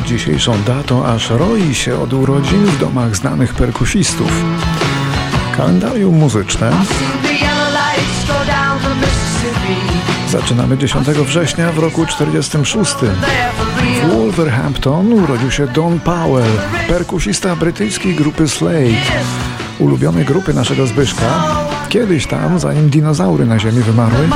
dzisiejszą datą aż roi się od urodzin w domach znanych perkusistów. Kalendarium muzyczne. Zaczynamy 10 września w roku 46. W Wolverhampton urodził się Don Powell, perkusista brytyjskiej grupy Slade, ulubionej grupy naszego Zbyszka. Kiedyś tam, zanim dinozaury na ziemi wymarły.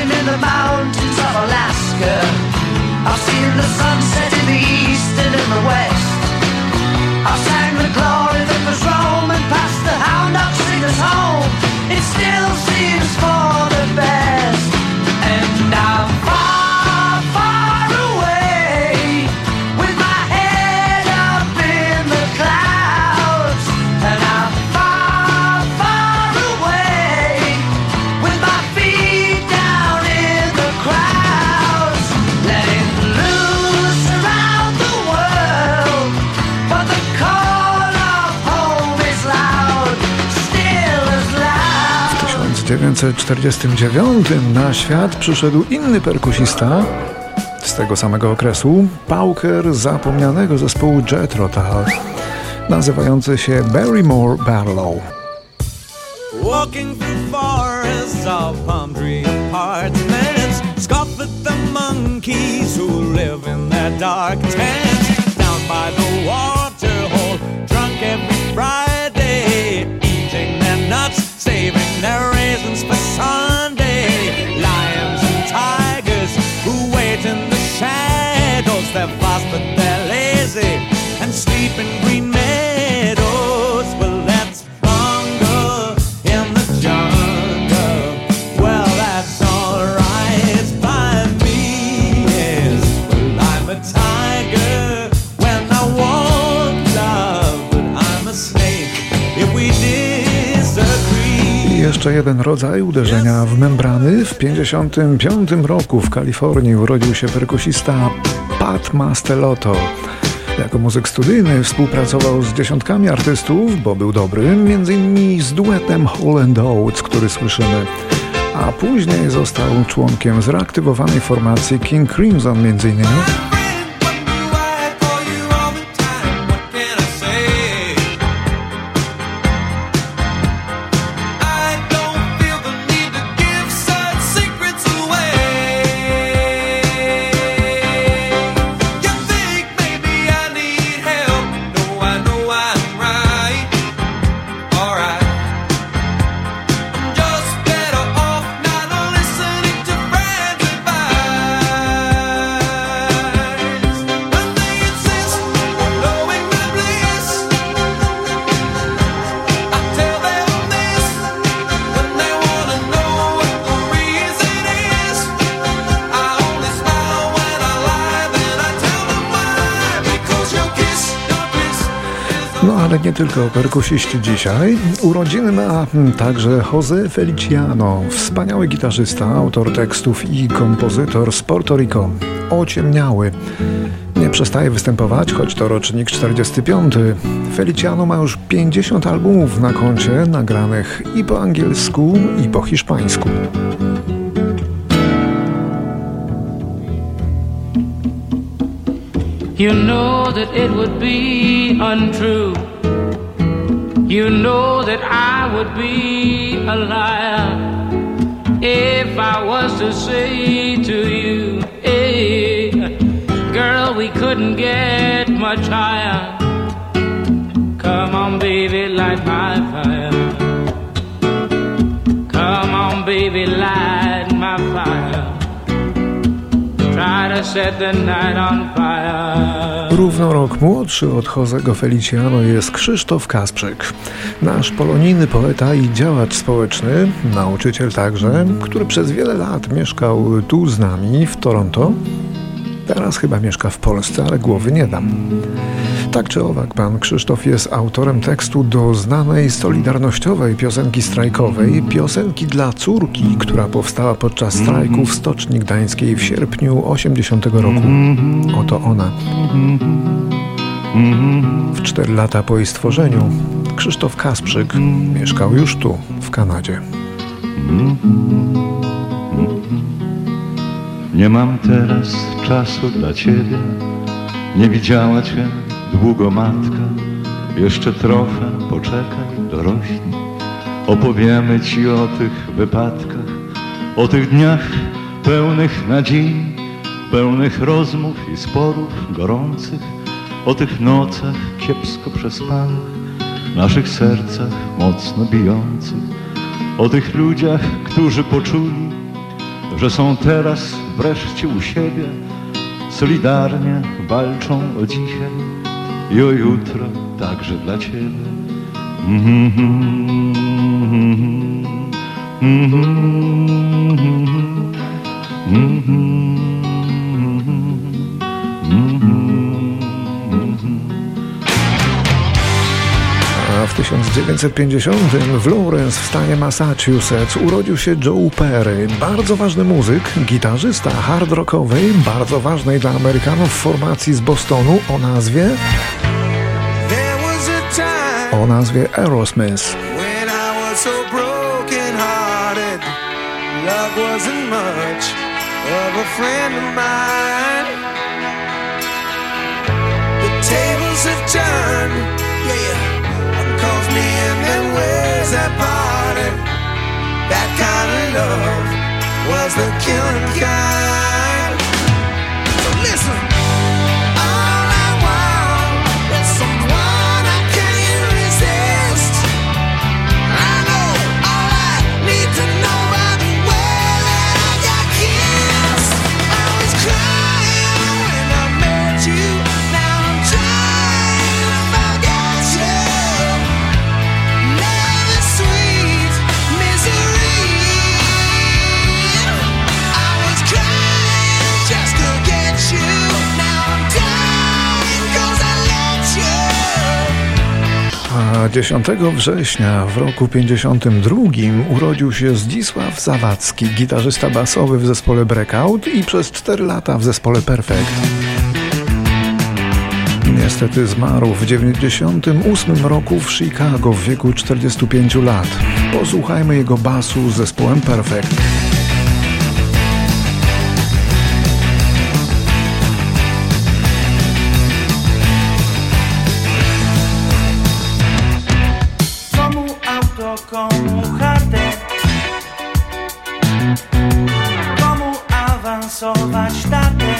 W 1949 na świat przyszedł inny perkusista z tego samego okresu, pauker zapomnianego zespołu Jethro Tull, nazywający się Barrymore Barlow. Walking through forests of palm tree apartments, scoff at the monkeys who live in their dark tents, down by the water hole, drunk every Friday, eating their nuts, saving their raisins for Sunday. Lions and tigers who wait in the shadows, they're fast but they're lazy and sleep in green meadows. Well, that's bongo in the jungle. Well, that's alright by me, yes. Well, I'm a tiger when I want love, but I'm a snake if we disagree. Jeszcze jeden rodzaj uderzenia w membrany. W 1955 roku w Kalifornii urodził się perkusista Pat Mastelotto. Jako muzyk studyjny współpracował z dziesiątkami artystów, bo był dobry, m.in. z duetem Hall & Oates, który słyszymy, a później został członkiem zreaktywowanej formacji King Crimson m.in. No ale nie tylko perkusiści dzisiaj. Urodziny ma także José Feliciano, wspaniały gitarzysta, autor tekstów i kompozytor z Porto Rico. Ociemniały. Nie przestaje występować, choć to rocznik 45. Feliciano ma już 50 albumów na koncie, nagranych i po angielsku, i po hiszpańsku. You know that it would be untrue. You know that I would be a liar if I was to say to you, hey, girl, we couldn't get much higher. Come on, baby, light my fire. Come on, baby, light my fire. Równo rok młodszy od Josego Feliciano jest Krzysztof Kasprzyk, nasz polonijny poeta i działacz społeczny, nauczyciel także, który przez wiele lat mieszkał tu z nami w Toronto. Teraz chyba mieszka w Polsce, ale głowy nie dam. Tak czy owak, pan Krzysztof jest autorem tekstu do znanej solidarnościowej piosenki strajkowej, piosenki dla córki, która powstała podczas strajku w Stoczni Gdańskiej w sierpniu 80 roku. Oto ona. W 4 lata po jej stworzeniu Krzysztof Kasprzyk mieszkał już tu, w Kanadzie. Nie mam teraz czasu dla ciebie, Nie widziała cię długo matka, jeszcze trochę poczekaj, dorośnij. Opowiemy ci o tych wypadkach, o tych dniach pełnych nadziei, pełnych rozmów i sporów gorących, o tych nocach kiepsko przespanych, naszych sercach mocno bijących, o tych ludziach, którzy poczuli, że są teraz wreszcie u siebie, solidarnie walczą o dzisiaj i o jutro także dla ciebie. A w 1950 w Lawrence w stanie Massachusetts urodził się Joe Perry, bardzo ważny muzyk, gitarzysta hard rockowej, bardzo ważnej dla Amerykanów formacji z Bostonu o nazwie Aerosmith. Calls me and then where's that party? That kind of love was the killing kind. So listen, all I want is someone I can't resist. I know all I need to know about the way that I got kissed. I was crying when I met you. Now I'm trying to forget you. A 10 września w roku 52 urodził się Zdzisław Zawadzki, gitarzysta basowy w zespole Breakout i przez 4 lata w zespole Perfect. Niestety zmarł w 98 roku w Chicago w wieku 45 lat. Posłuchajmy jego basu z zespołem Perfect. Komu chatę, komu awansować tatę,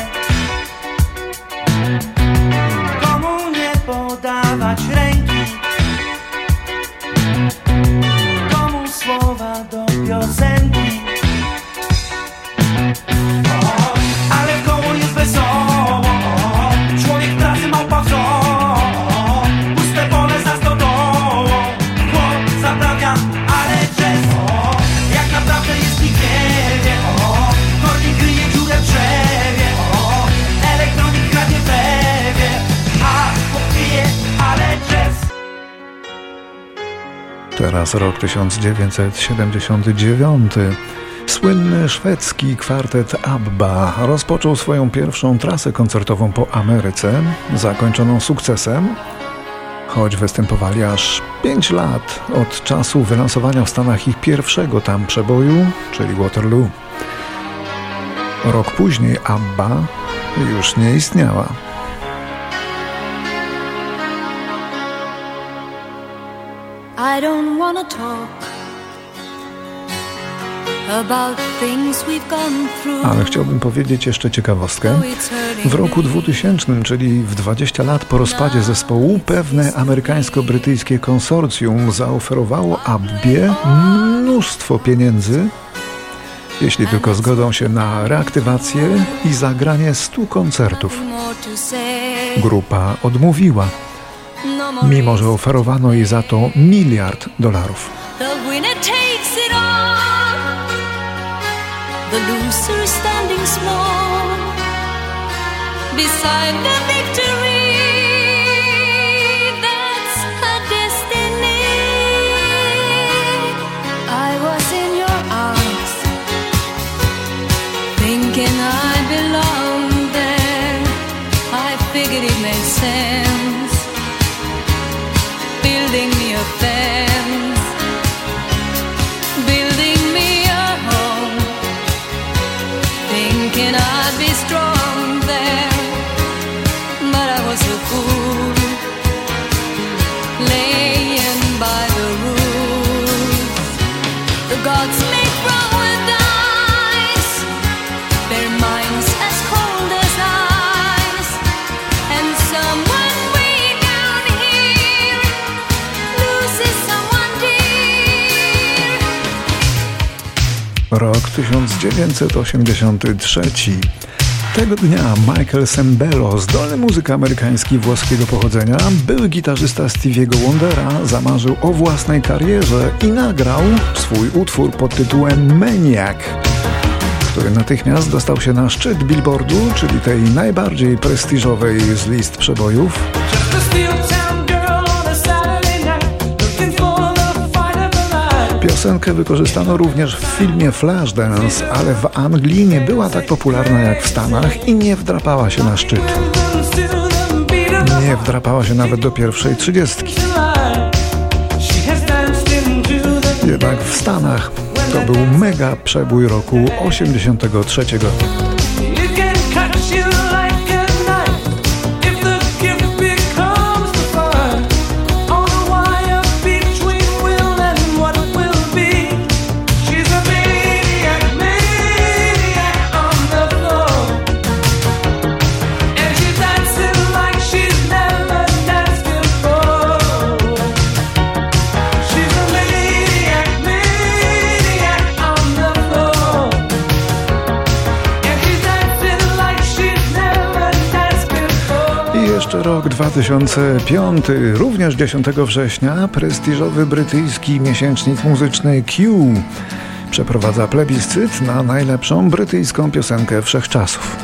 komu nie podawać ręki, komu słowa do piosenki. Ale w koło jest wesoło, człowiek pracy małpa wzor. Teraz rok 1979. Słynny szwedzki kwartet ABBA rozpoczął swoją pierwszą trasę koncertową po Ameryce, zakończoną sukcesem, choć występowali aż 5 lat od czasu wylansowania w Stanach ich pierwszego tam przeboju, czyli Waterloo. Rok później ABBA już nie istniała. I don't wanna talk about things we've gone through. Ale chciałbym powiedzieć jeszcze ciekawostkę. W roku 2000, czyli w 20 lat po rozpadzie zespołu, pewne amerykańsko-brytyjskie konsorcjum zaoferowało Abbie mnóstwo pieniędzy, jeśli tylko zgodzą się na reaktywację i zagranie 100 koncertów. Grupa odmówiła, mimo że oferowano jej za to $1 miliard. The loser standing small beside the victory. That's her destiny. I was in your arms, thinking I belonged there. I figured it made sense, building me a fence, building me a home, thinking I'd be strong there, but 1983. Tego dnia Michael Sembello, zdolny muzyk amerykański włoskiego pochodzenia, były gitarzysta Stevie'ego Wondera, zamarzył o własnej karierze i nagrał swój utwór pod tytułem Maniac, który natychmiast dostał się na szczyt Billboardu, czyli tej najbardziej prestiżowej z list przebojów. Piosenkę wykorzystano również w filmie Flashdance, ale w Anglii nie była tak popularna jak w Stanach i nie wdrapała się na szczyt. Nie wdrapała się nawet do pierwszej 30. Jednak w Stanach to był mega przebój roku 83. Jeszcze rok 2005, również 10 września, prestiżowy brytyjski miesięcznik muzyczny Q przeprowadza plebiscyt na najlepszą brytyjską piosenkę wszechczasów.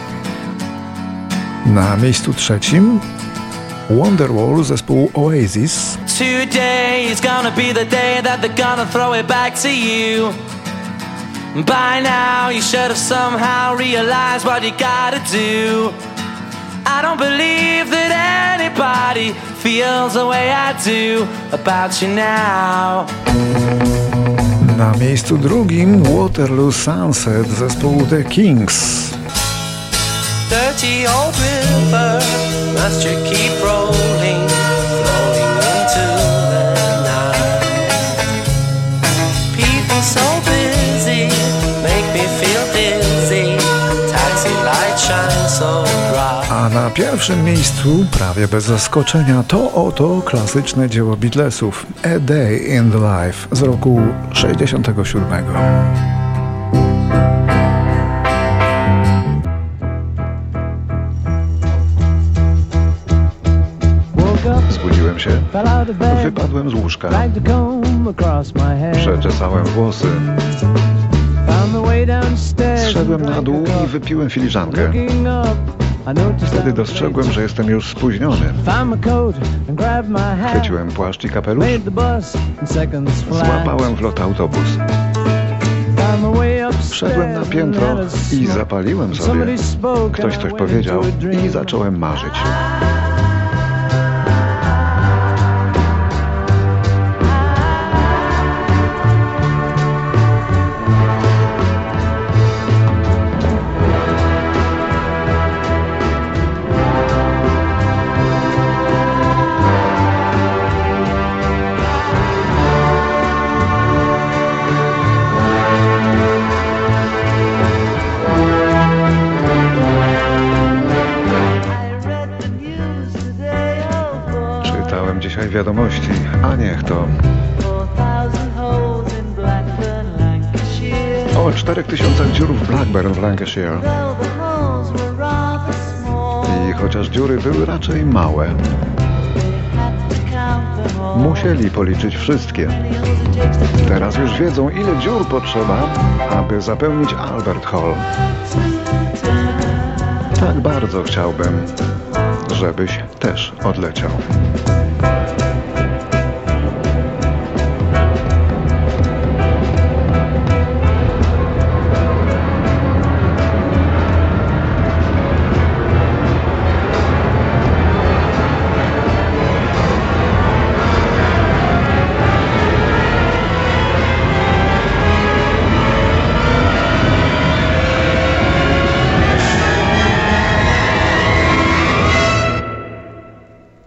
Na miejscu trzecim Wonderwall zespołu Oasis. Today is gonna be the day that they're gonna throw it back to you. By now you should have somehow realized what you gotta do. I don't believe that anybody feels the way I do about you now. Na miejscu drugim Waterloo Sunset zespołu The Kings. Dirty old river, must you keep rolling, flowing into the night. People so busy, make me feel dizzy. Taxi light shine so bright. A na pierwszym miejscu, prawie bez zaskoczenia, to oto klasyczne dzieło Beatlesów A Day in the Life z roku 67. Zbudziłem się, wypadłem z łóżka, przeczesałem włosy, zszedłem na dół i wypiłem filiżankę. Wtedy dostrzegłem, że jestem już spóźniony. Chwyciłem płaszcz i kapelusz, złapałem w lot autobus. Wszedłem na piętro i zapaliłem sobie. Ktoś coś powiedział i zacząłem marzyć. Dzisiaj wiadomości, a niech to. O 4000 dziur w Blackburn w Lancashire. I chociaż dziury były raczej małe, musieli policzyć wszystkie. Teraz już wiedzą, ile dziur potrzeba, aby zapełnić Albert Hall. Tak bardzo chciałbym, żebyś też odleciał.